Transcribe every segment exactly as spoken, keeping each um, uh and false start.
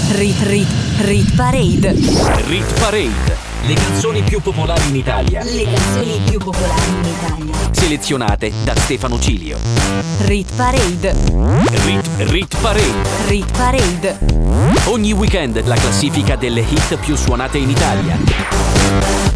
Rit Rit Rit Parade. Rit Parade. Le canzoni più popolari in Italia. Le canzoni più popolari in Italia. Selezionate da Stefano Cilio. Rit Parade. Rit Rit Parade. Rit Parade. Ogni weekend la classifica delle hit più suonate in Italia.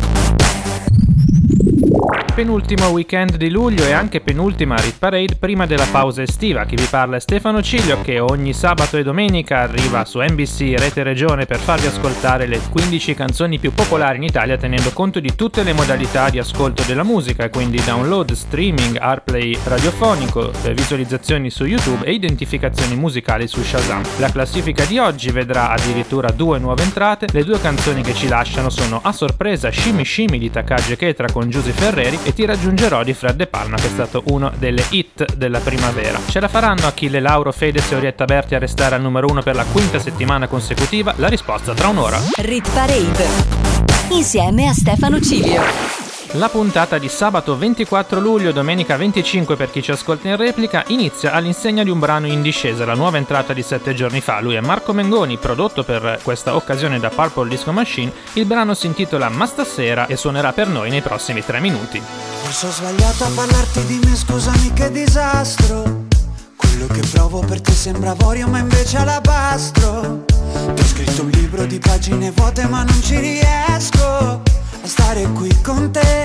Penultimo weekend di luglio e anche penultima Rit Parade prima della pausa estiva. Chi vi parla è Stefano Cilio, che ogni sabato e domenica arriva su N B C Rete Regione per farvi ascoltare le quindici canzoni più popolari in Italia, tenendo conto di tutte le modalità di ascolto della musica, quindi download, streaming, airplay radiofonico, visualizzazioni su YouTube e identificazioni musicali su Shazam. La classifica di oggi vedrà addirittura due nuove entrate. Le due canzoni che ci lasciano sono A sorpresa Shimi Shimi di Takagi e Ketra con Giusy Ferreri e Ti raggiungerò di Fred De Palma, che è stato uno delle hit della primavera. Ce la faranno Achille Lauro, Fedez e Orietta Berti a restare al numero uno per la quinta settimana consecutiva? La risposta tra un'ora. Rit Parade insieme a Stefano Cilio. La puntata di sabato ventiquattro luglio e domenica venticinque per chi ci ascolta in replica inizia all'insegna di un brano in discesa, la nuova entrata di sette giorni fa. Lui è Marco Mengoni, prodotto per questa occasione da Purple Disco Machine. Il brano si intitola Ma stasera e suonerà per noi nei prossimi tre minuti. Forse ho sbagliato a parlarti di me, scusami che disastro. Quello che provo per te sembra avorio ma invece alabastro. Ti ho scritto un libro di pagine vuote ma non ci riesco a stare qui con te.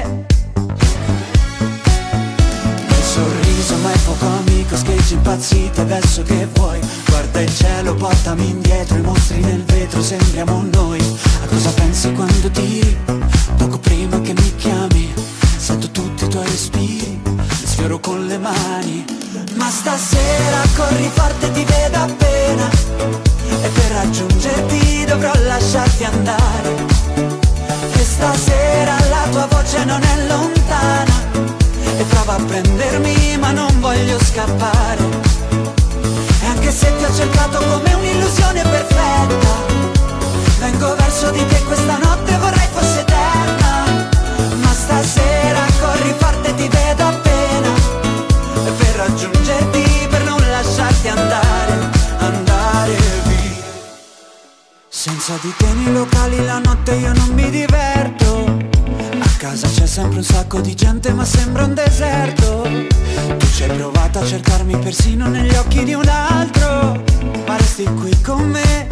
Il sorriso ma è poco amico, sketch impazziti adesso che vuoi. Guarda il cielo, portami indietro, i mostri nel vetro, sembriamo noi. A cosa pensi quando tiri? Poco prima che mi chiami, sento tutti i tuoi respiri, li sfioro con le mani. Ma stasera corri forte, ti vedo appena, e per raggiungerti dovrò lasciarti andare. Che stasera la tua voce non è lontana e prova a prendermi ma non voglio scappare. E anche se ti ho cercato come un'illusione perfetta, vengo verso di te, questa notte vorrei fosse eterna. Ma stasera corri forte, ti vedo appena, e per raggiungerti, per non lasciarti andare, andare via. Senza di te nei locali la notte io non mi diverto. A casa c'è sempre un sacco di gente ma sembra un deserto. Tu ci hai provato a cercarmi persino negli occhi di un altro, ma resti qui con me.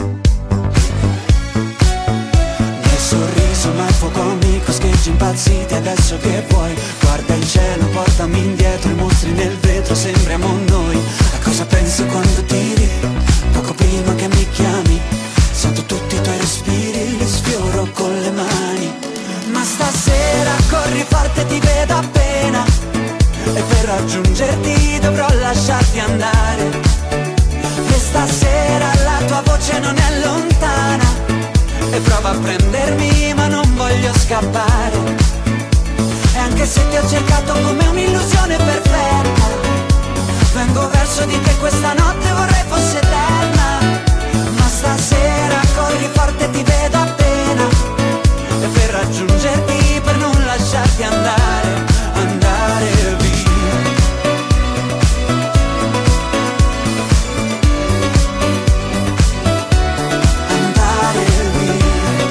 Nel sorriso ma è poco amico, sketch impazziti adesso che vuoi. Guarda il cielo, portami indietro, i mostri nel vetro, sembriamo noi. A cosa pensi quando tiri? Poco prima che mi chiami, sento tutti i tuoi respiri, li sfioro con le mani. Ma stasera corri forte, ti vedo appena, e per raggiungerti dovrò lasciarti andare. E stasera la tua voce non è lontana e prova a prendermi ma non voglio scappare. E anche se ti ho cercato come un'illusione perfetta, vengo verso di te, questa notte vorrei fosse eterna. Ma stasera corri forte, ti vedo appena, e per raggiungerti, per non lasciarti andare, andare via. Andare via.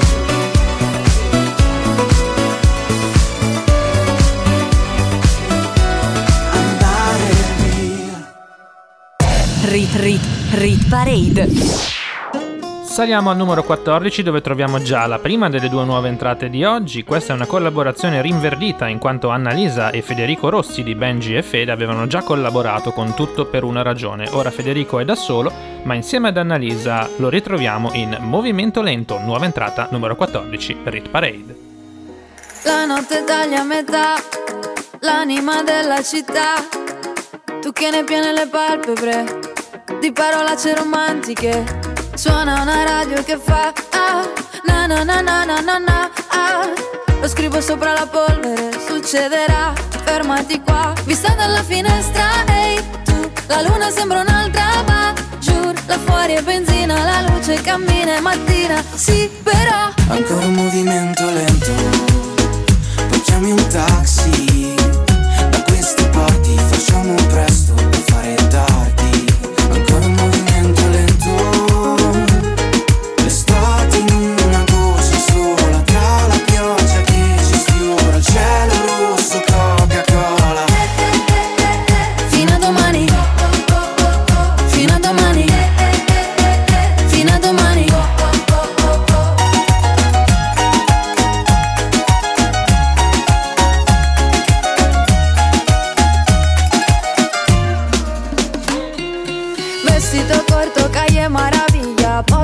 Andare via. Rit Rit Rit Parade. Saliamo al numero quattordici, dove troviamo già la prima delle due nuove entrate di oggi. Questa è una collaborazione rinverdita, in quanto Annalisa e Federico Rossi di Benji e Fede avevano già collaborato con Tutto per una ragione. Ora Federico è da solo, ma insieme ad Annalisa lo ritroviamo in Movimento Lento, nuova entrata numero quattordici, Rit Parade. La notte taglia a metà l'anima della città, tu che ne piene le palpebre di parolacce romantiche. Suona una radio che fa ah, na na na na na na na ah. Lo scrivo sopra la polvere, succederà, fermati qua. Vista dalla finestra, ehi hey, tu, la luna sembra un'altra, ma giuro, là fuori è benzina, la luce cammina, è mattina, sì però. Ancora un movimento lento, poi chiami un taxi, da queste parti facciamo presto per fare tardi. Ancora un movimento lento,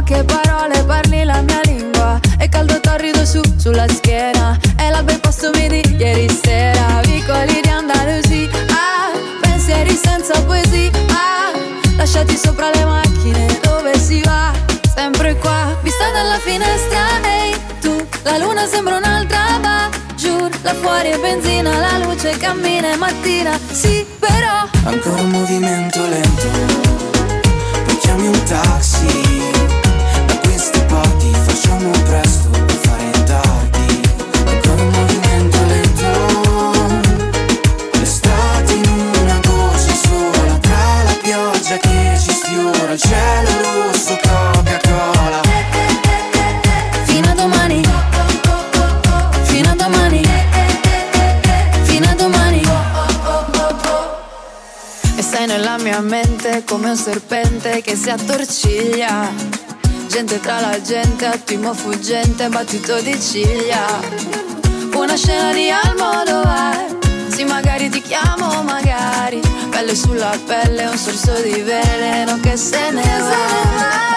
poche parole parli la mia lingua. È caldo torrido su, sulla schiena. E l'alba il posto mi di ieri sera. Vicoli di Andalusia, ah, pensieri senza poesia, ah, lasciati sopra le macchine, dove si va? Sempre qua, vista dalla finestra, ehi, hey, tu, la luna sembra un'altra, va, giù, là fuori è benzina, la luce cammina, è mattina, sì, però ancora un movimento lento, poi chiami un taxi, da queste parti facciamo presto per fare tardi. Ancora un movimento lento, l'estate in una voce sola, tra la pioggia che ci sfiora, il cielo rosso, Coca-Cola. Fino a domani, fino a domani, fino a domani. E sei nella mia mente come un serpente che si attorciglia. Gente tra la gente, attimo fuggente, battito di ciglia. Una scena di Almodovar, sì magari ti chiamo, magari. Pelle sulla pelle, un sorso di veleno che se ne va.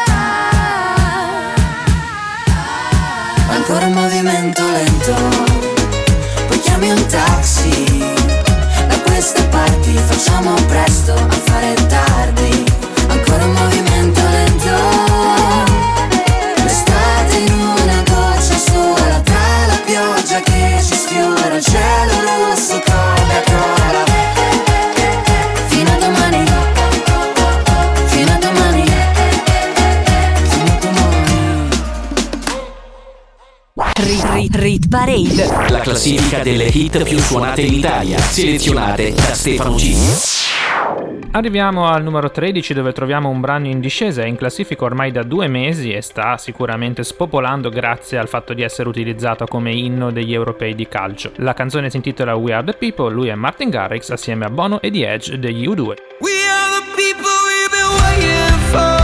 Ancora un movimento lento, poi chiami un taxi, da queste parti facciamo presto a fare tardi. Ancora un movimento lento, l'estate in una goccia sola, tra la pioggia che ci sfiora, il cielo rosso, Coca-Cola. Fino a domani, fino a domani, fino a domani. Rit, rit, rit Parade, La classifica delle hit più suonate in Italia, selezionate da Stefano G. Arriviamo al numero tredici, dove troviamo un brano in discesa. È in classifica ormai da due mesi e sta sicuramente spopolando grazie al fatto di essere utilizzato come inno degli europei di calcio. La canzone si intitola We Are The People, lui è Martin Garrix assieme a Bono e The Edge degli U due. We are the people we've been waiting for.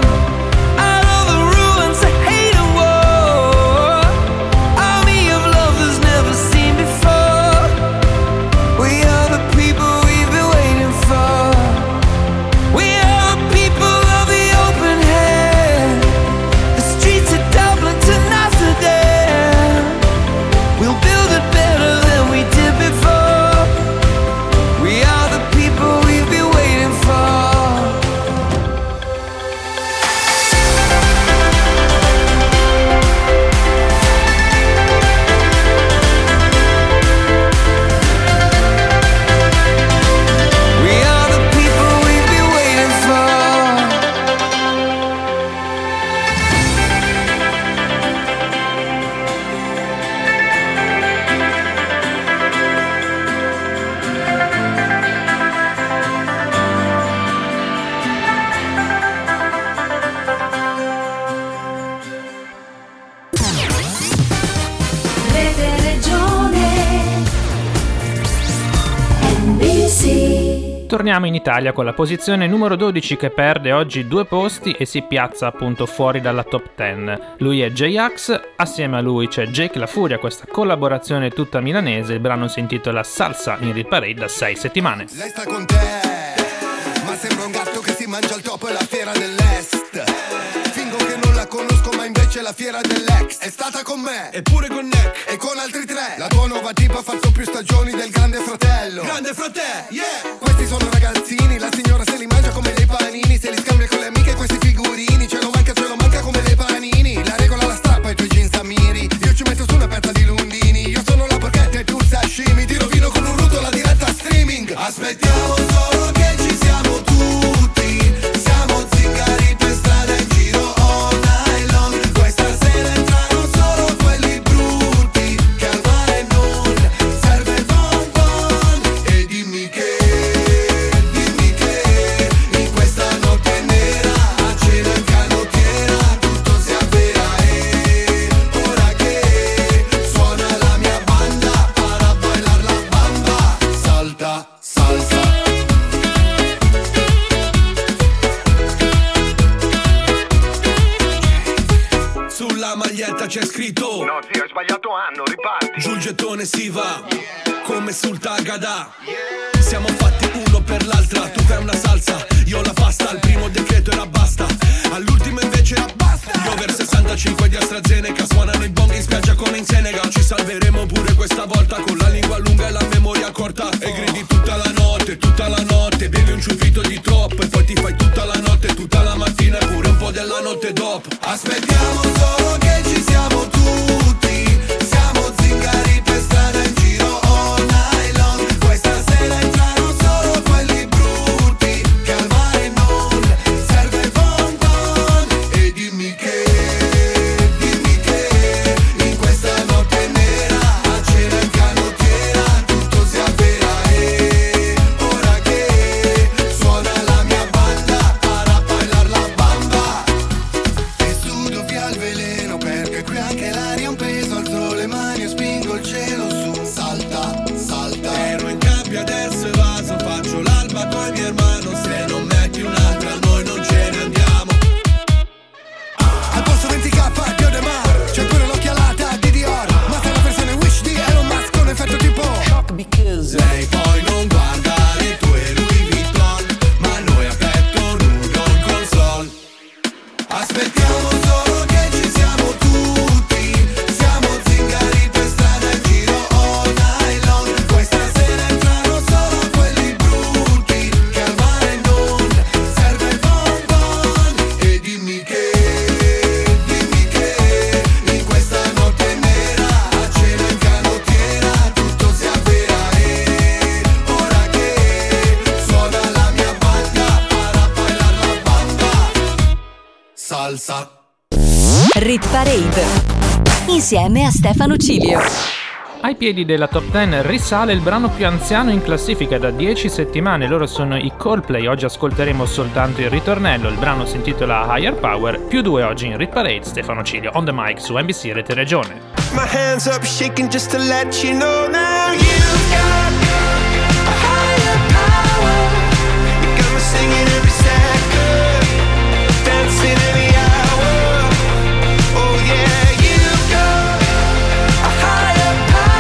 Torniamo in Italia con la posizione numero dodici che perde oggi due posti e si piazza appunto fuori dalla top dieci. Lui è J-Ax, assieme a lui c'è Jake La Furia, questa collaborazione tutta milanese. Il brano si intitola Salsa in Rit Parade da sei settimane. Lei sta con te, ma sembra un gatto che si mangia il topo e la fiera dell'est. Fingo che non la conosco ma invece è la fiera dell'ex. È stata con me, e pure con Nick, e con altri tre. La tua nuova tipa ha fatto più stagioni del Grande Fratello. Grande Fratello, yeah! Questi sono ragazzini, la signora se li mangia come dei panini. Se li scambia con le amiche questi figurini. Ce lo manca, ce lo manca come dei panini. La regola la strappa ai tuoi jeans a miri. Io ci metto su una pezza di lundini. Io sono la porchetta e tu il sashimi. Ti rovino con un ruto la diretta streaming. Aspettiamo solo che ci siamo tutti. Siamo zingari per strada in giro all night long. Questa sera entrano solo quelli brutti che al mare non serve il bon bon. E dimmi che, dimmi che in questa notte nera a cena in canottiera tutto si avvera. E ora che suona la mia banda para bailar la bamba. Salta, salsa. Sulla maglietta c'è scritto: no zio, hai sbagliato anno, riparti. Giù il gettone si va, come sul Tagada. Siamo fatti uno per l'altra. Tu fai una salsa, io la pasta. Al primo decreto era basta, all'ultimo invece era basta. cinque di AstraZeneca. Suonano i bong in spiaggia come in Senegal. Ci salveremo pure questa volta, con la lingua lunga e la memoria corta. E gridi tutta la notte, tutta la notte. Bevi un ciuffito di troppo e poi ti fai tutta la notte, tutta la mattina e pure un po' della notte dopo. Aspettiamo solo che ci siamo tutti. Siamo zingari per strada in giro all night long. Questa sera entrano solo quelli brutti, che al mare non serve il bon bon. E dimmi che, dimmi che in questa notte nera a cena in canottiera tutto si avvera. E ora che suona la mia banda para bailar la bamba. E sudo via il veleno perché qui anche l'aria ha un peso. Alzo le mani e spingo il cielo su. Salta, salta. Ero in gabbia, adesso evaso. Faccio l'alba con i miei hermano. Se non metti un'altra noi non ce ne andiamo. Al posto venti K Dio De Mar, c'è pure l'occhialata di Dior. Ma se la versione Wish di Elon Musk con effetto tipo shock because lei poi non guarda le tue Louis Vuitton, ma noi a petto nudo in console. Aspettiamo solo che ci siamo tutti. Siamo zingari per strada in giro all night long. Questa sera entrano solo quelli brutti, che al mare non serve il bon bon. E dimmi che, dimmi che in questa notte nera a cena in canottiera tutto si avvera. E ora che suona la mia banda para bailar la bamba. Salsa. Rit Parade insieme a Stefano Cilio. Ai piedi della top dieci risale il brano più anziano in classifica da dieci settimane. Loro sono i Coldplay. Oggi ascolteremo soltanto il ritornello. Il brano si intitola Higher Power. Più due oggi in Rit Parade. Stefano Cilio on the mic su N B C Rete Regione. My hands up shaking just to let you know now you've got a higher power. You got me singing every second, dancing every hour. Oh yeah, you've got a higher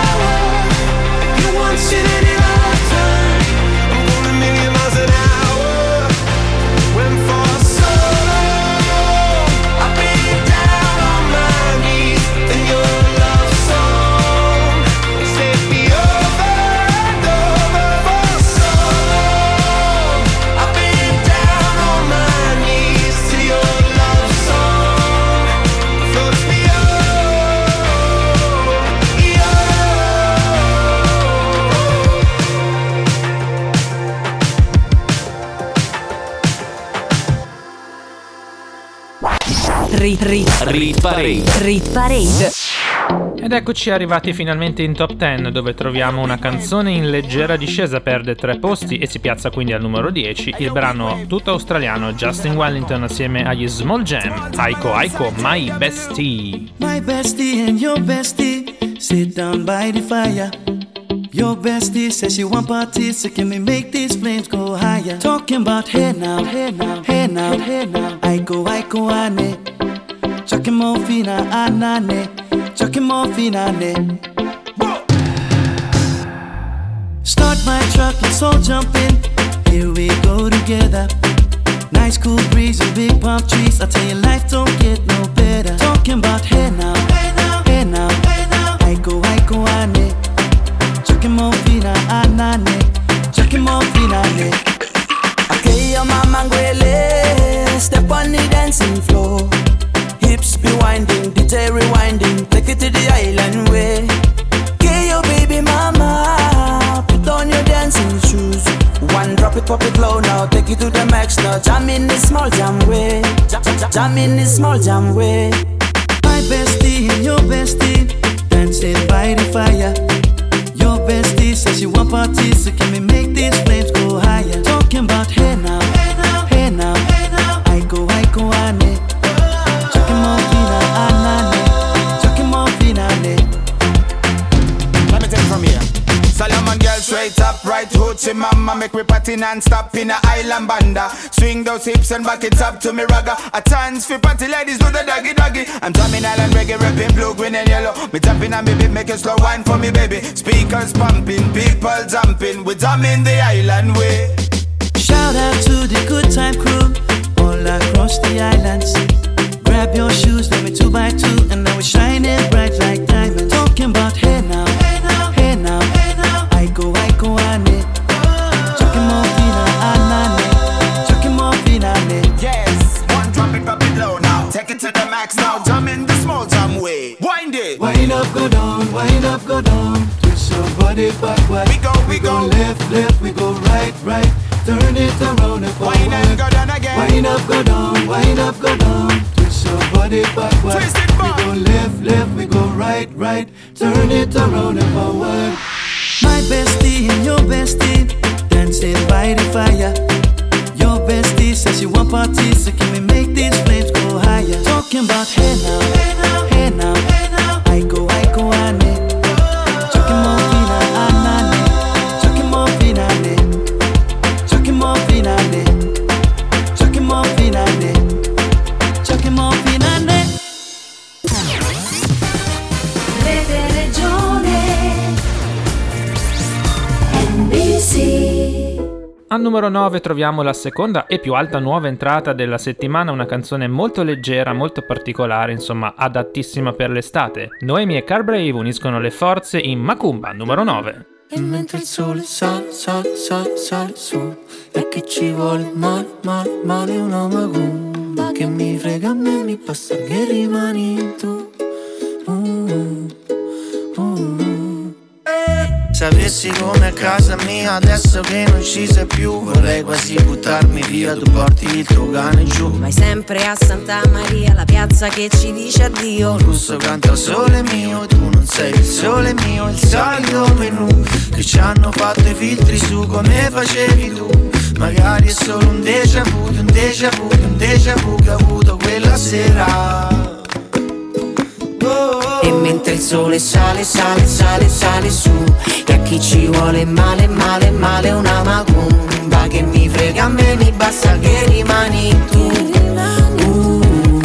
power. You want it in your lifetime. I'm going a million miles an hour. When for so long I've been down on my knees in your love song. Set me over and over for so long. I've been down on my knees to your love song. Floats me over, yeah. Rit Rit Rit Parade. Rit Parade. Ed eccoci arrivati finalmente in top dieci, dove troviamo una canzone in leggera discesa, perde tre posti e si piazza quindi al numero dieci, il brano tutto australiano Justin Wellington assieme agli Small Jam, Aiko Aiko My Bestie. My bestie and your bestie sit down by the fire. Your bestie says she want parties, so can we make these flames go higher? Talking about hey now, hey now, hey now, hey now. Aiko Aiko ane, chucking more fina anane, chucking more fina ne. Start my truck, let's all jump in. Here we go together. Nice cool breeze and big palm trees. I tell you, life don't get no better. Talking about hey now, hey now, hey now, hey now. Aiko Aiko ane, chucking more fina anane, chucking more fina ne. Okay, your mama ngwele, step on the dancing floor. Hips be winding, D J rewinding, take it to the island way. Okay, your baby mama, put on your dancing shoes. One drop it, pop it low now, take it to the max now. Jam in this small jam way, jam, jam, jam in this small jam way. My bestie and your bestie dancing by the fire. Your bestie says she want parties, so can we make these flames go higher? Talking about hey now, hey now, hey now, hey now. Aiko Aiko ane, chucking more fina anane, chucking more fina ne. Let me take it from here. Solomon girl straight up, right hoochie mama. Make me party non-stop in a island banda. Swing those hips and back it up to me ragga. A chance for party ladies do the doggy doggy. I'm drumming island reggae, rapping blue, green and yellow. Me tapping on me beat, make a slow wine for me baby. Speakers pumping, people jumping. We drumming the island way. Shout out to the good time crew all across the islands. Grab your shoes, let me two by two, and now we're shining bright like diamonds. Talking about hey now, hey now, hey now, hey now. I go, I go, I need. Chucking more fina, I chucking more fina, yes, one drop it, drop it low now. Take it to the max now. Jump in the small jam way. Wind it. Wind up, go down, wind up, go down. Twist your body backward. We go, we, we go. go left, left, we go right, right. Turn it around and forward. Wind up, go down again. Wind up, go down, wind up, go down. Twist your body backward. Twist it back. We go left, left, we go right, right. Turn it around and forward. My bestie and your bestie dancing by the fire. Your bestie says she want parties, so can we make these flames go higher? Talking about hey now, hey now, hey now, hey now. I go, I go, I need. Chucking more fina, I need. Chucking more fina, I need. Chucking more fina, I need. Chucking more fina, I need. Chucking more fina, I need. Rete Regione N B C. Al numero nove troviamo la seconda e più alta nuova entrata della settimana, una canzone molto leggera, molto particolare, insomma adattissima per l'estate. Noemi e Carbrave uniscono le forze in Macumba, numero nove. E mentre il sole sale, sale, sale, sale su, e che ci vuole male, male, male una macumba, che mi frega a me, mi basta che rimani tu. uh, uh. Sapessi come a casa mia adesso che non ci sei più, vorrei quasi buttarmi via, tu porti il tuo cane giù. Vai sempre a Santa Maria, la piazza che ci dice addio. Il russo canta sole mio, tu non sei il sole mio, il solito menù che ci hanno fatto i filtri su come facevi tu. Magari è solo un déjà vu, un déjà vu, un déjà vu che ho avuto quella sera. E mentre il sole sale, sale, sale, sale su, e a chi ci vuole male, male, male una macumba, che mi frega a me, mi basta che rimani tu. uh,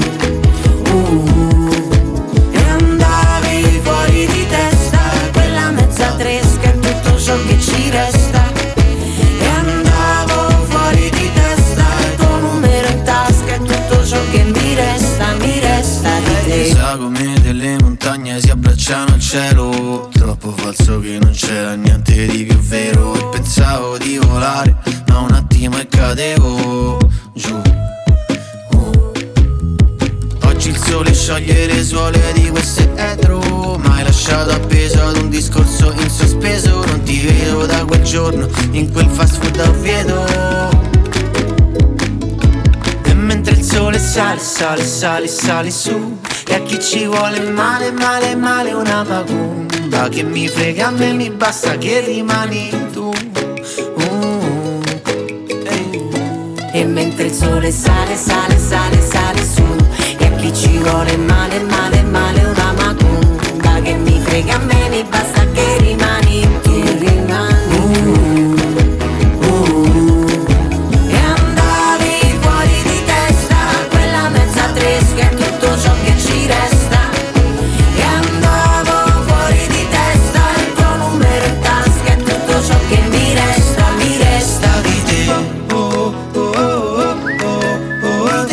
uh. E andavi fuori di testa, quella mezza tresca è tutto ciò che ci resta. E andavo fuori di testa, il tuo numero in tasca è tutto ciò che mi resta, mi resta di te. Sa come delle montagne si abbracciano al cielo, troppo falso che non c'era niente di più vero. E pensavo di volare, ma un attimo e cadevo giù. uh. Oggi il sole scioglie le suole di questo etro, ma hai lasciato appeso ad un discorso in sospeso. Non ti vedo da quel giorno in quel fast food a Oviedo. Mentre il sole sale, sale, sale, sale su, e a chi ci vuole male, male, male una macumba, che mi frega a me, mi basta che rimani tu. uh, E mentre il sole sale, sale, sale, sale su, e a chi ci vuole male, male, male una macumba, che mi frega a me, mi basta che rimani tu, rimani uh. Che è tutto ciò che ci resta. E andavo fuori di testa, il tuo numero in tasca è tutto ciò che mi resta, mi resta di te. oh, oh, oh, oh, oh,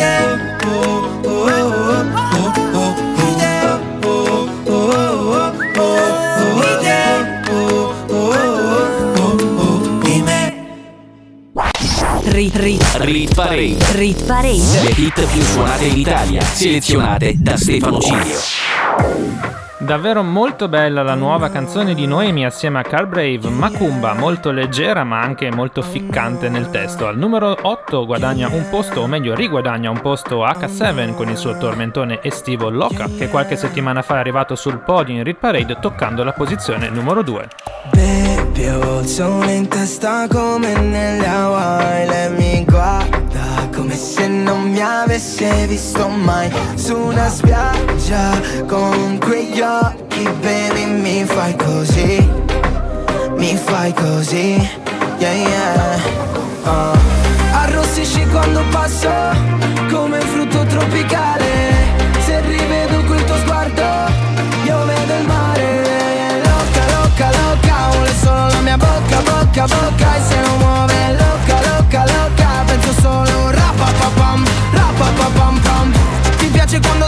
di me. Rit, rit, Rit Parade. Rit Parade. Le hit più suonate in Italia, selezionate da Stefano Cilio. Davvero molto bella la nuova canzone di Noemi assieme a Carbrave, Macumba, molto leggera ma anche molto ficcante nel testo. Al numero otto guadagna un posto, o meglio riguadagna un posto acca sette con il suo tormentone estivo Loca, che qualche settimana fa è arrivato sul podio in Rit Parade toccando la posizione numero due. Baby, ho il sole in testa come nelle Hawaii. Lei mi guarda come se non mi avesse visto mai, su una spiaggia con quegli occhi, baby, mi fai così, mi fai così, yeah yeah. uh. Arrossisci quando passo come un frutto tropicale, se rivedo quel tuo sguardo io vedo il mare. Loca, loca, loca, vuole solo la mia bocca, bocca, bocca, e se non muove loca, loca, loca, penso solo rapapapam, rapapapam pam. Ti piace quando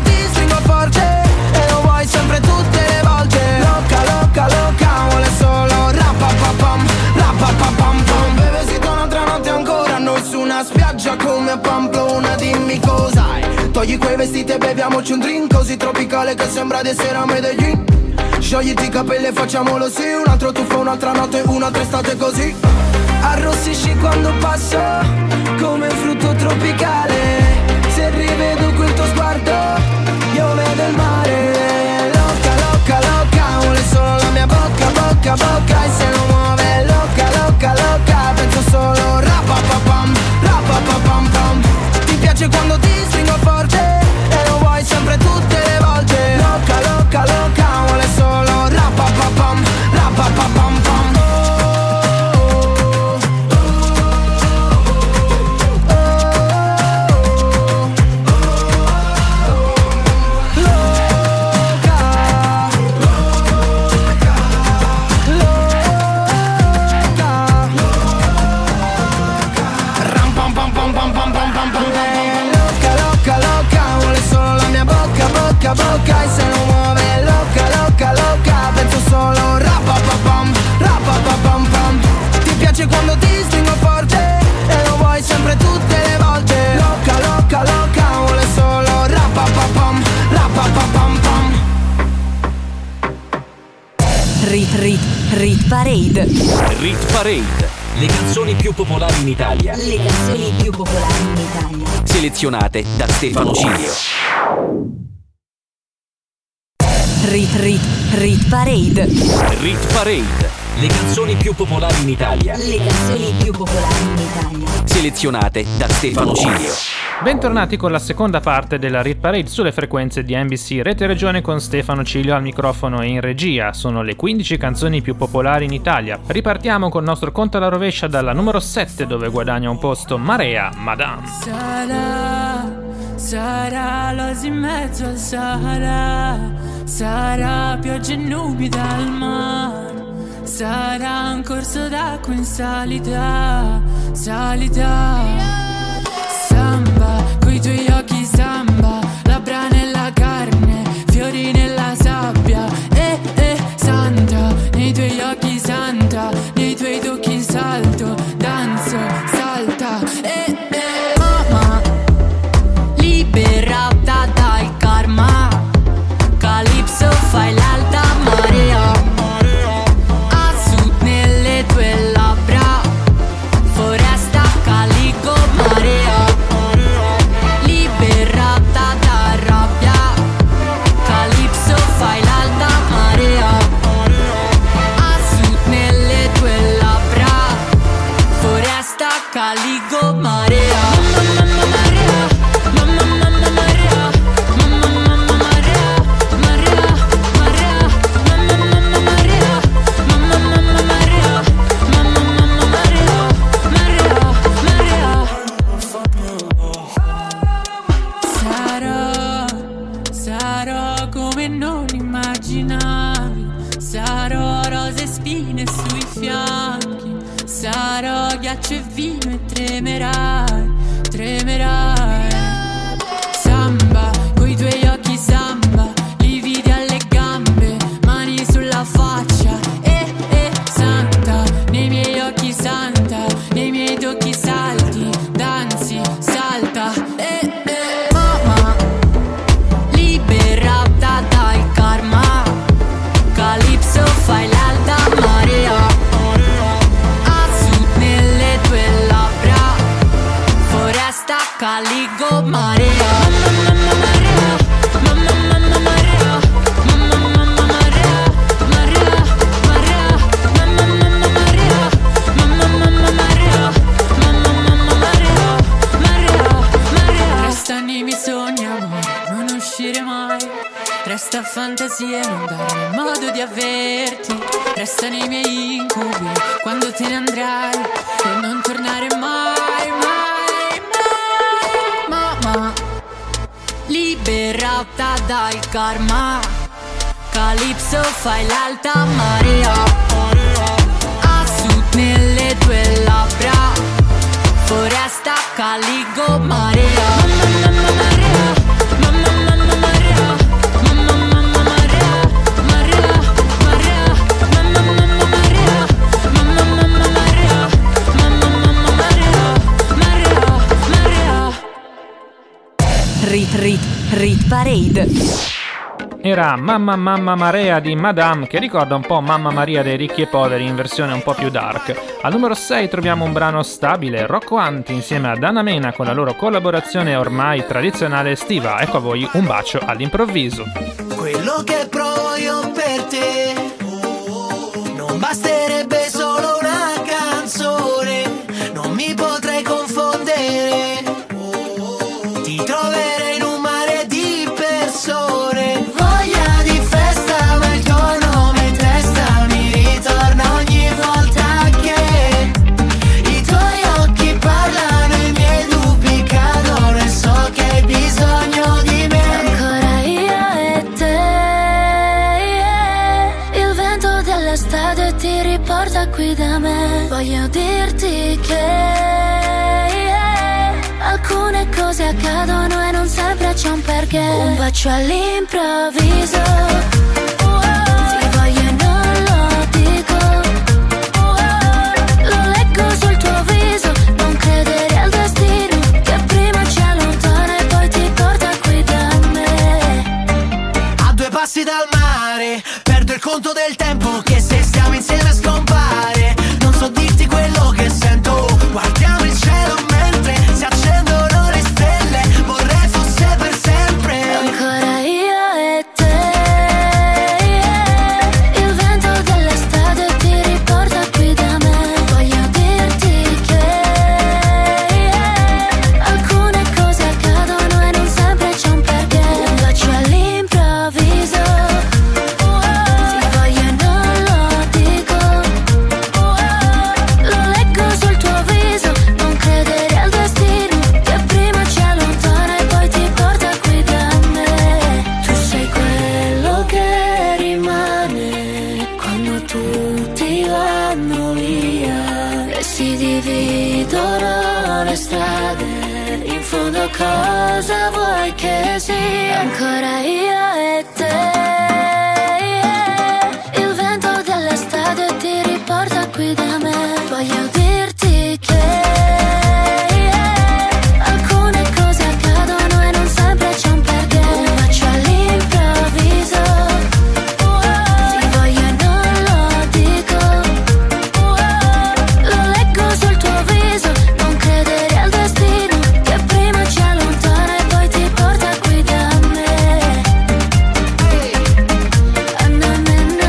mia pamplona, dimmi cos'hai. Togli quei vestiti e beviamoci un drink così tropicale che sembra di essere a Medellin. Sciogliti i capelli e facciamolo sì, un altro tuffo, un'altra notte, un'altra estate così. Arrossisci quando passo come un frutto tropicale. Se rivedo quel tuo sguardo io vedo il mare. Loca, loca, loca, vuole solo la mia bocca, bocca, bocca. E se non muove loca, loca, loca, penso solo rapapapam, rapapapam pam. Ti piace quando ti stringo forte e lo vuoi sempre tutte le volte. Loca, loca, loca, vuole solo rapapapam, rapapapam pam. Bocca, bocca, e se non muove loca, loca, loca, penso solo rapapapam, rapapapam pam. Ti piace quando ti stringo forte e lo vuoi sempre tutte le volte. Loca, loca, loca, vuole solo rapapapam, rapapapam pam. Rit, rit, rit parade. Rit Parade, le canzoni più popolari in Italia. Le canzoni più popolari in Italia. Selezionate da Stefano Cilio. Rit, rit, rit parade. Rit Parade, le canzoni più popolari in Italia. Le canzoni più popolari in Italia. Selezionate da Stefano Cilio. Bentornati con la seconda parte della Rit Parade sulle frequenze di N B C Rete Regione con Stefano Cilio al microfono e in regia. Sono le quindici canzoni più popolari in Italia. Ripartiamo col nostro conto alla rovescia dalla numero sette, dove guadagna un posto Marea, Madame. Sarà, sarà l'oasi in mezzo al Sahara, sarà pioggia e nubi dal mare, sarà un corso d'acqua in salita, salita. Samba, coi tuoi occhi samba, labbra nella carne, fiori nella sabbia. Eh, eh, santa, nei tuoi occhi santa, nei tuoi tocchi salto, danzo, salta. Eh, eh, mamma, liberata dal karma, Calypso fai l'alta marea, a sud nelle tue labbra, foresta calico marea. Caligo marea, mamma marea, mamma mamma marea, mamma mamma marea, marea, marea, mamma mamma marea, mamma mamma marea, mamma mamma marea, marea, marea. Sarò, sarò come non immaginavi, sarò rose e spine sui fianchi. Sarò ghiaccio e vino e tremerai, tremerai. Samba, coi tuoi occhi samba, lividi alle gambe, mani sulla faccia. Eh, eh, santa, nei miei occhi santa, nei miei tocchi salti, danzi, salta. Eh, eh, mamma, liberata dal karma, Calypso fai l'alta marea. Caligo marea, mamma marea, mamma mamma marea, mamma mamma marea, marea, marea, mamma mamma marea, mamma mamma marea, mamma mamma marea, marea, marea. Resta nei miei sogni amore, non uscire mai, resta fantasia non dare modo di averti, resta nei miei incubi quando te ne andrai e non tornare mai, mai. Liberata dal karma, Calypso fai l'alta marea, a sud nelle tue labbra, foresta caligo marea, mamma mamma marea, mamma mamma marea, mamma mamma marea, marea, marea, mamma mamma marea, mamma mamma marea, mamma mamma marea, marea, marea. Parade. Era Mamma Mamma Marea di Madame, che ricorda un po' Mamma Maria dei ricchi e poveri in versione un po' più dark. Al numero sei troviamo un brano stabile, Rocco Hunt insieme ad Anna Mena con la loro collaborazione ormai tradizionale estiva. Ecco a voi Un bacio all'improvviso. Quello che provo io per te non basterebbe solo una canzone, non mi potrei confondere, ti troverei in un mare di persone. Voglia di festa ma il tuo nome in testa mi ritorna ogni volta che i tuoi occhi parlano, i miei dubbi cadono e so che hai bisogno di me. Ancora io e te, yeah. Il vento dell'estate ti riporta qui da me. Voglio dirti che yeah. Alcune cose accadono e non sempre c'è un perché. Un bacio all'improvviso, oh, ti voglio e non lo dico, oh, lo leggo sul tuo viso. Non credere al destino che prima ci allontana e poi ti porta qui da me. A due passi dal mare, perdo il conto del tempo che se stiamo insieme scompare. Non so dirti quello che sento, guardiamo il cielo mentre si accendono le stelle. Vorrei fosse per sempre. Ancora io e te, yeah. Il vento dell'estate ti riporta qui da me. Voglio dirti che yeah. Alcune cose accadono e non sempre c'è un perché. Un bacio all'improvviso, oh, ti voglio e non lo dico, oh, lo leggo sul tuo viso. Non credere al destino che prima ci allontana e poi ti porta qui da me. Tu sei quello che rimane quando tutti vanno via e si dividono le strade. In fondo cosa vuoi che sia? Ancora io e te, yeah. Il vento dell'estate ti riporta qui da me. Voglio dirti che yeah. Alcune cose accadono e non sempre c'è un perché. Un bacio all'improvviso, oh, ti voglio e non lo dico, oh, lo leggo sul tuo viso. Non credere al destino che prima ci allontana e poi ti porta qui da me. Anna Mena,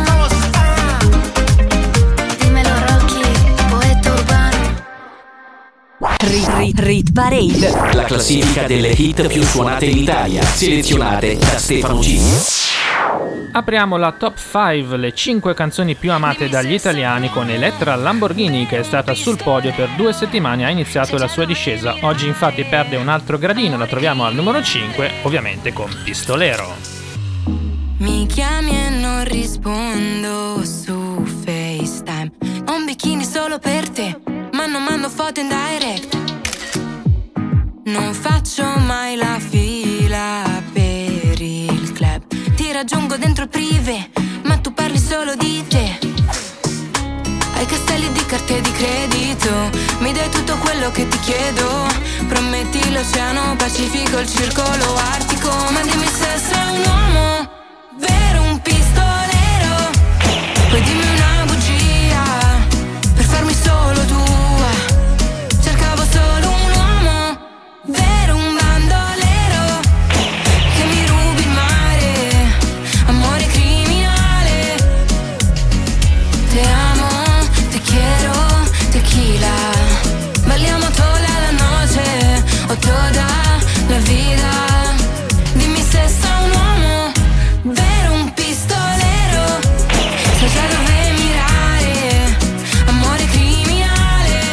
dimmelo Rocky, poeta urbano. Rit, rit, rit Parade. La classifica delle hit più suonate in Italia, selezionate da Stefano G. Apriamo la top cinque, le cinque canzoni più amate dagli italiani, con Elettra Lamborghini, che è stata sul podio per due settimane e ha iniziato la sua discesa. Oggi infatti perde un altro gradino, la troviamo al numero cinque, ovviamente con Pistolero. Mi chiami e non rispondo su FaceTime. Ho un bikini solo per te, ma non mando foto in direct. Non faccio mai la fila per il club. Ti raggiungo dentro il privé, ma tu parli solo di te. Hai castelli di carte di credito, mi dai tutto quello che ti chiedo. Prometti l'oceano Pacifico, il circolo artico. Ma dimmi se sei un uomo vero, un pistolero. Poi dimmi una bugia per farmi solo tua. Cercavo solo un uomo vero, un bandolero che mi rubi il mare, amore criminale. Te amo, te quiero, tequila. Balliamo toda la noche o toda la vida. Dimmi se sei un uomo vero, un pistolero. So già dove mirare, amore criminale.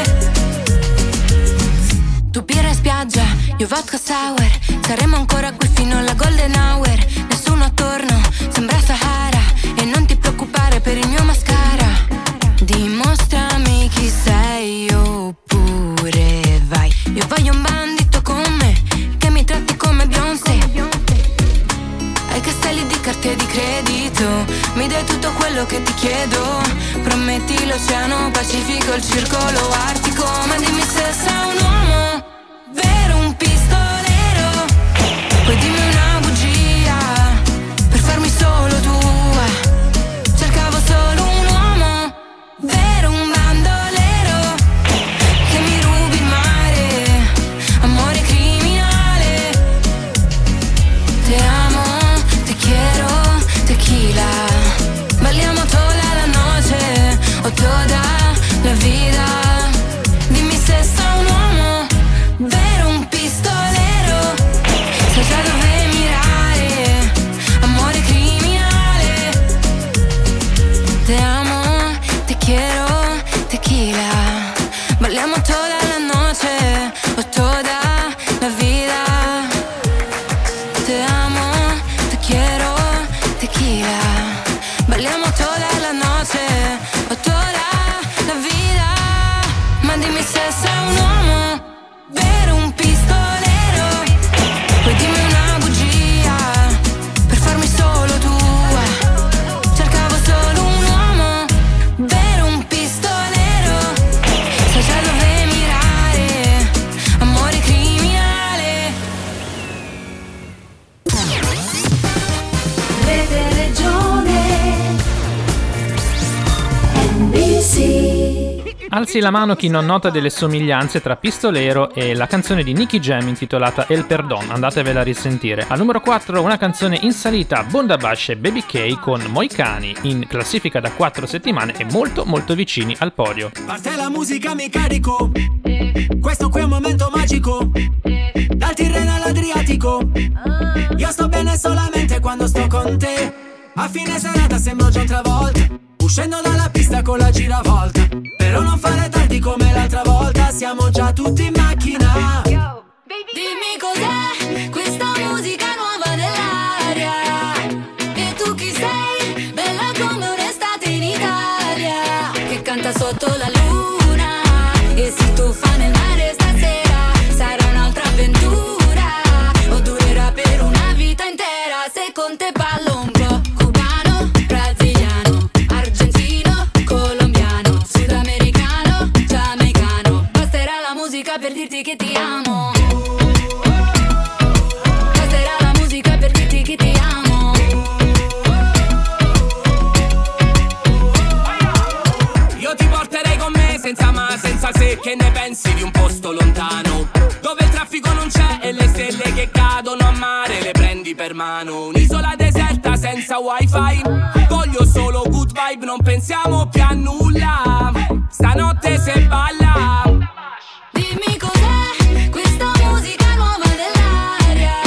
Tu birra in spiaggia, io vodka sour. Saremo ancora qui fino alla golden hour. Nessuno attorno, sembra Sahara. E non ti preoccupare per il mio mascara. Dimostrami chi sei oppure vai. Io voglio un bandito con me, che mi tratti come Beyoncé. Hai castelli di carte di credito, mi dai tutto quello che ti chiedo. Prometti l'oceano Pacifico, il circolo artico. Ma dimmi se sei un uomo vero, un pistolero. Poi dimmi una Alzi la mano chi non nota delle somiglianze tra Pistolero e la canzone di Nicky Jam intitolata El Perdón, andatevela a risentire. Al numero quattro una canzone in salita, Bundabash e Baby K con Moicani, in classifica da quattro settimane e molto molto vicini al podio. Parte la musica, mi carico, questo qui è un momento magico, dal Tirreno all'Adriatico, io sto bene solamente quando sto con te, a fine serata sembro John Travolta, uscendo dalla pista con la giravolta, però non fare tardi come l'altra volta, siamo già tutti in macchina. Dimmi cos'è questa musica nuova dell'aria, e tu chi sei, bella come un'estate in Italia, che canta sotto la luna e si tuffa nel mare stasera, sarà un'altra avventura o durerà per una vita intera, se con te ballo un po'. Cubano, brasiliano, argentino, colombiano, sudamericano, giamaicano, basterà la musica per dirti che ti amo, basterà la musica per dirti che ti amo. Io ti porterei con me senza ma, senza se, che ne pensi di un posto lontano, dove il traffico non c'è e le stelle che cadono a mare le prendi per mano, un'isola deserta senza wifi, voglio solo good vibe, non pensiamo più a nulla, stanotte se balla. Dimmi cos'è questa musica nuova dell'aria,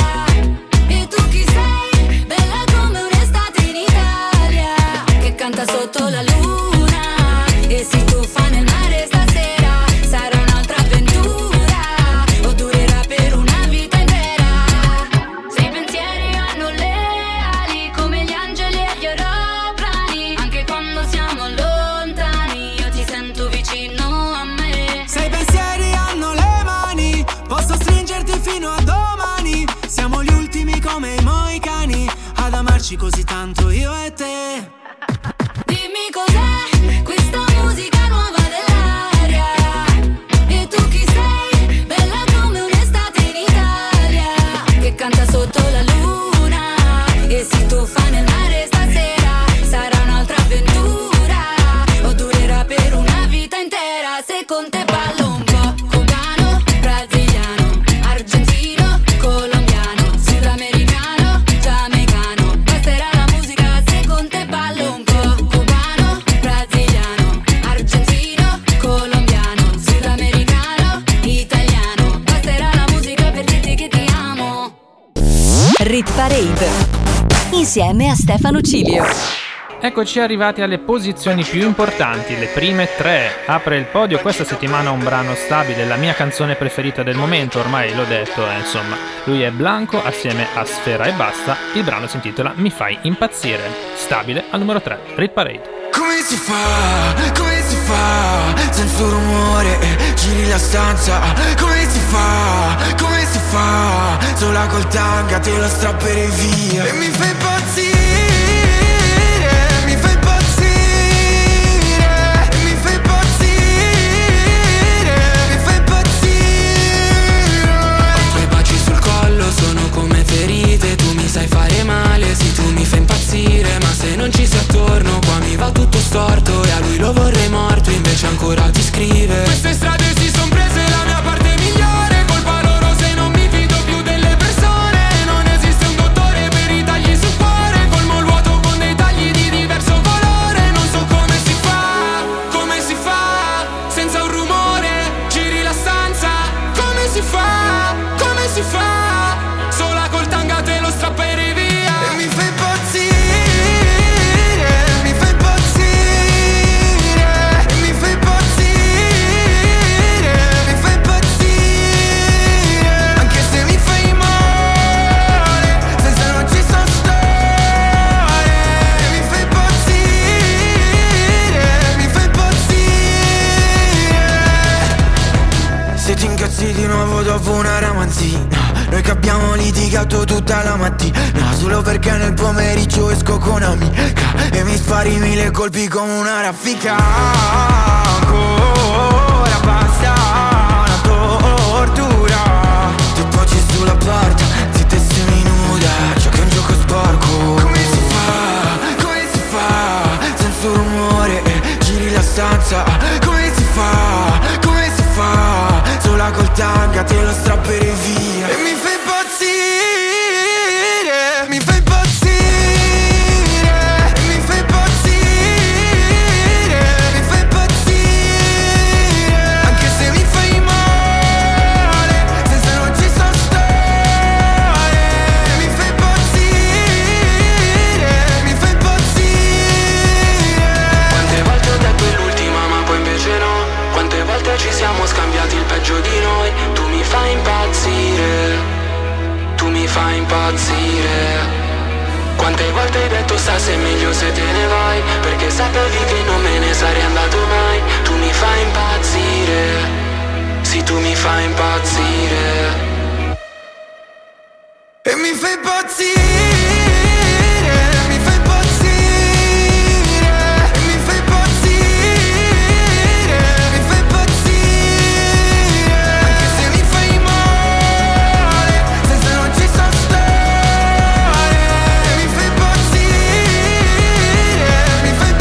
e tu chi sei, bella come un'estate in Italia, che canta sotto la luna e si tuffa nel mare stasera, sarà un'altra avventura o durerà per una vita intera. Se i pensieri hanno le ali come gli angeli e gli aeroplani, anche quando siamo lontani io ti sento vicino a me. Se i pensieri hanno le mani, posso stringerti fino a domani, siamo gli ultimi come i moicani ad amarci così tanto io e te. Dimmi cos'è questa musica nuova dell'aria, e tu chi sei, bella come un'estate in Italia, che canta sotto la luna e si tuffa nel mare stasera, sarà un'altra avventura o durerà per una vita intera, se con te ballo un po'. Cubano, brasiliano, argentino, colombiano, sudamericano, giamaicano, basterà la musica se con te ballo un po'. Cubano, brasiliano, argentino, colombiano, sudamericano, italiano, basterà la musica per dirti che ti amo. Rit Parade insieme a Stefano Cilio. Eccoci arrivati alle posizioni più importanti, le prime tre. Apre il podio questa settimana un brano stabile, la mia canzone preferita del momento, ormai l'ho detto, eh, insomma. Lui è Blanco assieme a Sfera e Basta, il brano si intitola Mi fai impazzire. Stabile al numero tre, Rit Parade. Come si fa, come si fa, senza un rumore, giri la stanza. Come si fa, come si fa, sola col tanga te lo strapperei via. E mi fai impazzire, mi fai impazzire, mi fai impazzire, mi fai impazzire. I tuoi baci sul collo sono come ferite, tu mi sai fare male, sì tu mi fai impazzire, ma se non ci sei attorno qua mi va tutto storto, e a lui lo vorrei morto, invece ancora ti scrive. Queste strade si son prese la mia parte migliore, colpa loro se non mi fido più delle persone, non esiste un dottore per i tagli sul cuore, colmo il vuoto con dei tagli di diverso colore, non so come si fa, come si fa, senza un rumore, giri la stanza. Come si fa, come si fa, sola col tanga te lo strapperei via. E mi fai impazzire, mi fai impazzire, mi fai impazzire, mi fai impazzire. Anche se mi fai male, senza non ci sono storie. Mi fai impazzire, mi fai impazzire. Se ti incazzi di nuovo dopo una ramanzina, noi che abbiamo litigato tutta la mattina, solo perché nel pomeriggio esco con amica e mi spari mille colpi come una raffica. Ancora basta una tortura, ti poggi sulla porta, zitta e seminuda, giochi un gioco sporco. Come si fa, come si fa, senza un rumore, giri la stanza. Come si fa, Quante volte hai detto sta se è meglio se te ne vai, perché sapevi che non me ne sarei andato mai. Tu mi fai impazzire, sì tu mi fai impazzire. E mi fai impazzire, mi fai impazzire, e mi fai impazzire, mi fai impazzire. Anche se mi fai male, senza non ci so stare. Mi fai impazzire, mi fai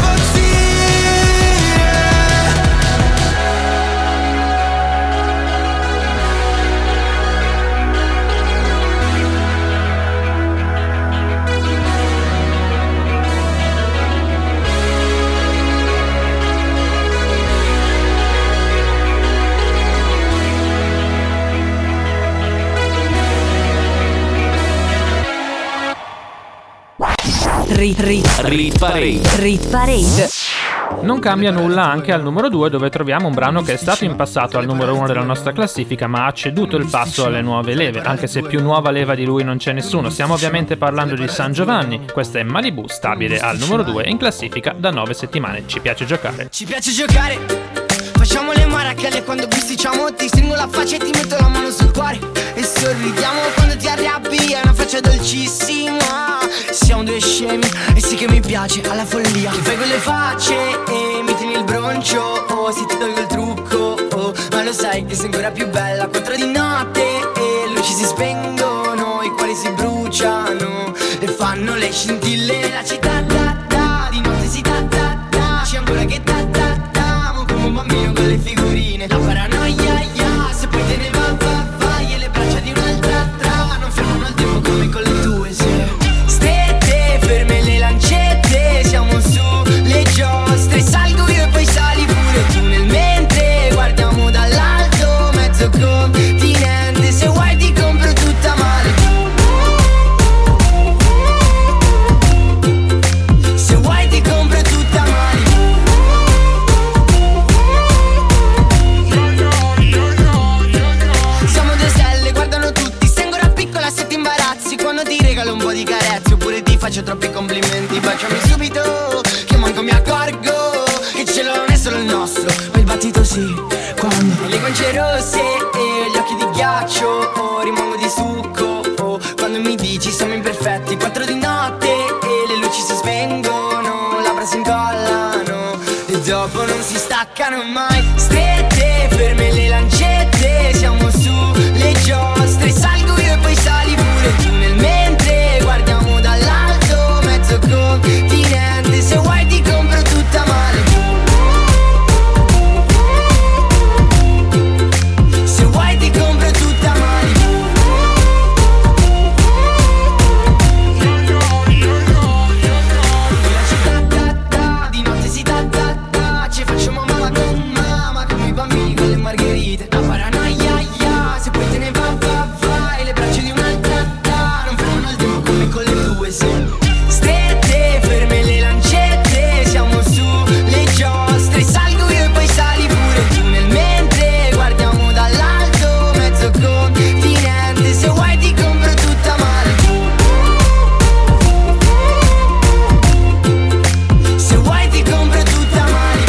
Rit, rit, Rit Parade. Rit Parade. Non cambia nulla anche al numero due, dove troviamo un brano che è stato in passato al numero uno della nostra classifica, ma ha ceduto il passo alle nuove leve, anche se più nuova leva di lui non c'è nessuno. Stiamo ovviamente parlando di San Giovanni. Questa è Malibu, stabile al numero due in classifica da nove settimane. Ci piace giocare. Ci piace giocare, facciamo le marachelle quando bisticciamo. Ti stringo la faccia e ti metto la mano sul cuore e sorridiamo quando ti arrabbi. Hai una faccia dolcissima, siamo due scemi e sì che mi piace alla follia. Che fai quelle facce e mi tieni il broncio, oh, se ti tolgo il trucco, oh, ma lo sai che sei ancora più bella. Quattro di notte e luci si spengono, i cuori si bruciano e fanno le scintille. La città da da, di notte si da da da, c'è ancora che da da da, mo come un bambino con le figurine. La paranoia, ya, se poi te ne va va va, e le braccia di un'altra tra non fermano il tempo come con le tue, se strette, ferme le lancette, siamo su le giostre, salgo io e poi sali pure tu nel mentre guardiamo dall'alto mezzo continente. Se vuoi ti compro tutta male, se vuoi ti compro tutta male. Siamo due stelle, guardano tutti, sei ancora piccola se ti imbarazzi quando ti regalo un po' di carezze, oppure ti faccio troppi complimenti. Baciami subito che manco mi accorgo che il cielo non è solo il nostro, ma il battito sì, quando le guance rosse e gli occhi di ghiaccio, oh, rimango di succo, oh, quando mi dici siamo imperfetti. Quattro di notte e le luci si spengono, labbra si incollano e dopo non si staccano mai. Strette, ferme le lancette, siamo su le giostre, salgo io e poi sali pure tu nel mentre guardiamo dall'alto mezzo continente. Se vuoi ti compro tutta male, se vuoi ti compro tutta male. La città da da, di notte si da da da, ci facciamo mamma con mamma come i bambini con le margherite. La paranoia, ya, se poi te ne va va va, e le braccia di un'altra da non fermano il tempo come con le tue, se strette, ferme le lancette, siamo su le giostre, salgo io e poi sali pure tu nel mentre guardiamo dall'alto mezzo continente. Se vuoi ti compro tutta male, se vuoi ti compro tutta male,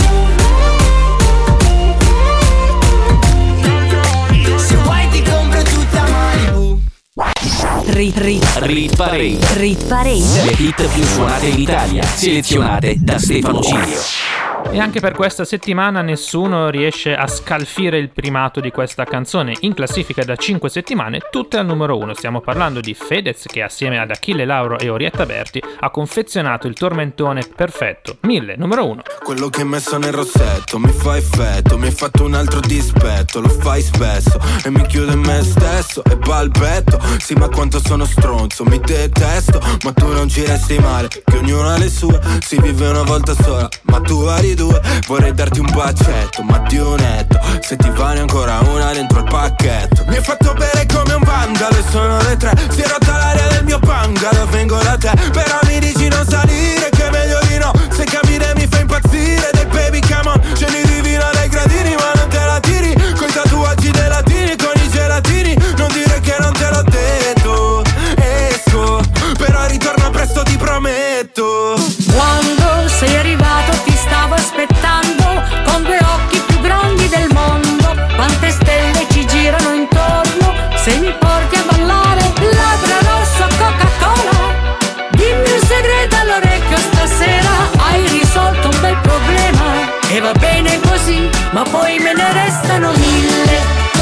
se vuoi ti compro tutta male. Rit, rit, Rit Parade. Rit Parade. Le hit più suonate in Italia, selezionate da Stefano Cilio. E anche per questa settimana nessuno riesce a scalfire il primato di questa canzone, in classifica da cinque settimane, tutte al numero uno. Stiamo parlando di Fedez, che assieme ad Achille Lauro e Orietta Berti ha confezionato il tormentone perfetto. Mille, numero uno. Quello che hai messo nel rossetto mi fa effetto, mi hai fatto un altro dispetto, lo fai spesso e mi chiudo in me stesso e balbetto. Sì, ma quanto sono stronzo, mi detesto, ma tu non ci resti male, che ognuno ha le sue, si vive una volta sola, ma tu vari due. Vorrei darti un bacetto, ma di un netto, se ti vale ancora una dentro il pacchetto. Mi hai fatto bere come un vandalo e sono le tre, si è rotta l'aria del mio bungalow, vengo da te, però mi dici non salire, che meglio di no, se cammine mi fa impazzire. Dai baby come on, scendi di vino dai gradini, ma non te la tiri, coi tatuaggi dei latini, con i gelatini, non dire che non te l'ho detto. Esco, però ritorno presto ti prometto. prometto. Quando sei arrivato ti stavo aspettando con due occhi più grandi del mondo. Quante stelle ci girano intorno se mi porti a ballare. Labbra rosso, Coca-Cola, dimmi un segreto all'orecchio stasera. Hai risolto un bel problema e va bene così, ma poi me ne restano mille.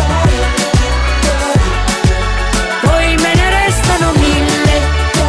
Poi me ne restano mille.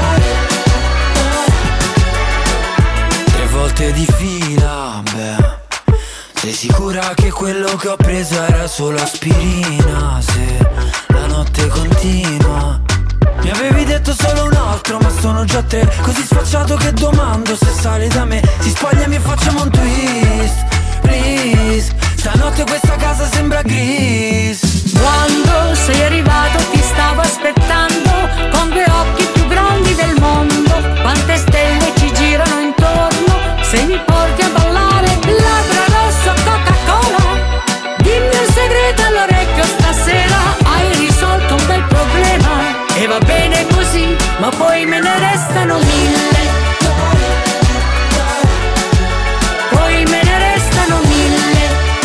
Tre volte di fila, beh. Sei sicura che quello che ho preso era solo aspirina? Se la notte continua. Mi avevi detto solo un altro, ma sono già tre. Così sfacciato che domando se sale da me. Si spogliami e facciamo un twist, please. Stanotte questa casa sembra gris. Quando sei arrivato ti stavo aspettando con due occhi più grandi del mondo. Quante stelle ci girano intorno se mi porti a ballare. Labbra rosso, Coca-Cola, dimmi un segreto all'orecchio stasera. Hai risolto un bel problema e va bene così, ma poi me ne restano mille. Poi me ne restano mille.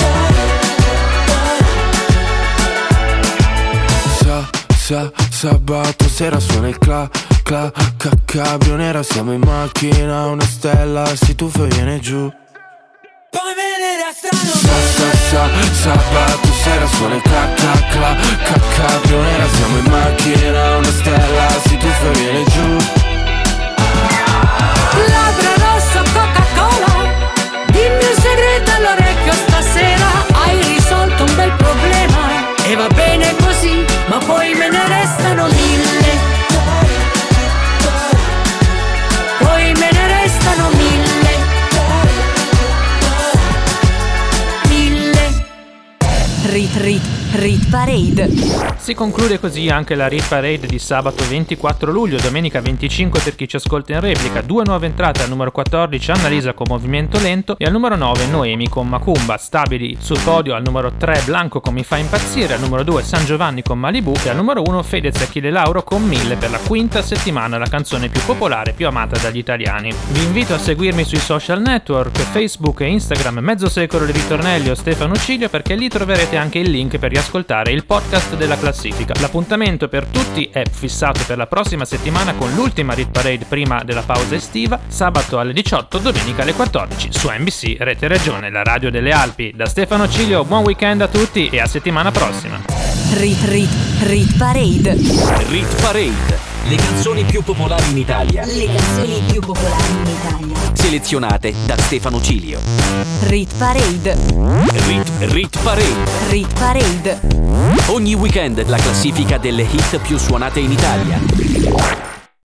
Sa, sa, sabato sera suona il cla, cla, ca, cabrio nera. Siamo in macchina, una stella si tuffa e viene giù. Poi me ne restano Sa, sa, sa, sabato sera suona il cla, cla, cla, ca, cabrio nera. Siamo in macchina, una stella si tuffa e viene giù. Labbra rosso, Coca-Cola, dimmi un segreto all'orecchio stasera. Hai risolto un bel problema e va bene così, ma poi me ne restano mille. Poi me ne restano mille. Mille. Rit Rit Rit Parade. Si conclude così anche la Rit Parade di sabato ventiquattro luglio, domenica venticinque per chi ci ascolta in replica. Due nuove entrate: al numero quattordici Annalisa con Movimento Lento e al numero nove Noemi con Macumba. Stabili sul podio al numero tre Blanco con Mi fa impazzire, al numero due San Giovanni con Malibu e al numero uno Fedez e Achille Lauro con Mille, per la quinta settimana la canzone più popolare e più amata dagli italiani. Vi invito a seguirmi sui social network, Facebook e Instagram, Mezzo Secolo di Ritornelli o Stefano Cilio, perché lì troverete anche il link per riascoltare il podcast della classifica. L'appuntamento per tutti è fissato per la prossima settimana con l'ultima Rit Parade prima della pausa estiva, sabato alle diciotto, domenica alle quattordici su N B C Rete Regione, la radio delle Alpi. Da Stefano Cilio, buon weekend a tutti e a settimana prossima. Rit Rit Rit Parade. Rit Parade. Le canzoni più popolari in Italia. Le canzoni più popolari in Italia. Selezionate da Stefano Cilio. Rit Parade. Rit, Rit Parade. Rit Parade. Ogni weekend la classifica delle hit più suonate in Italia.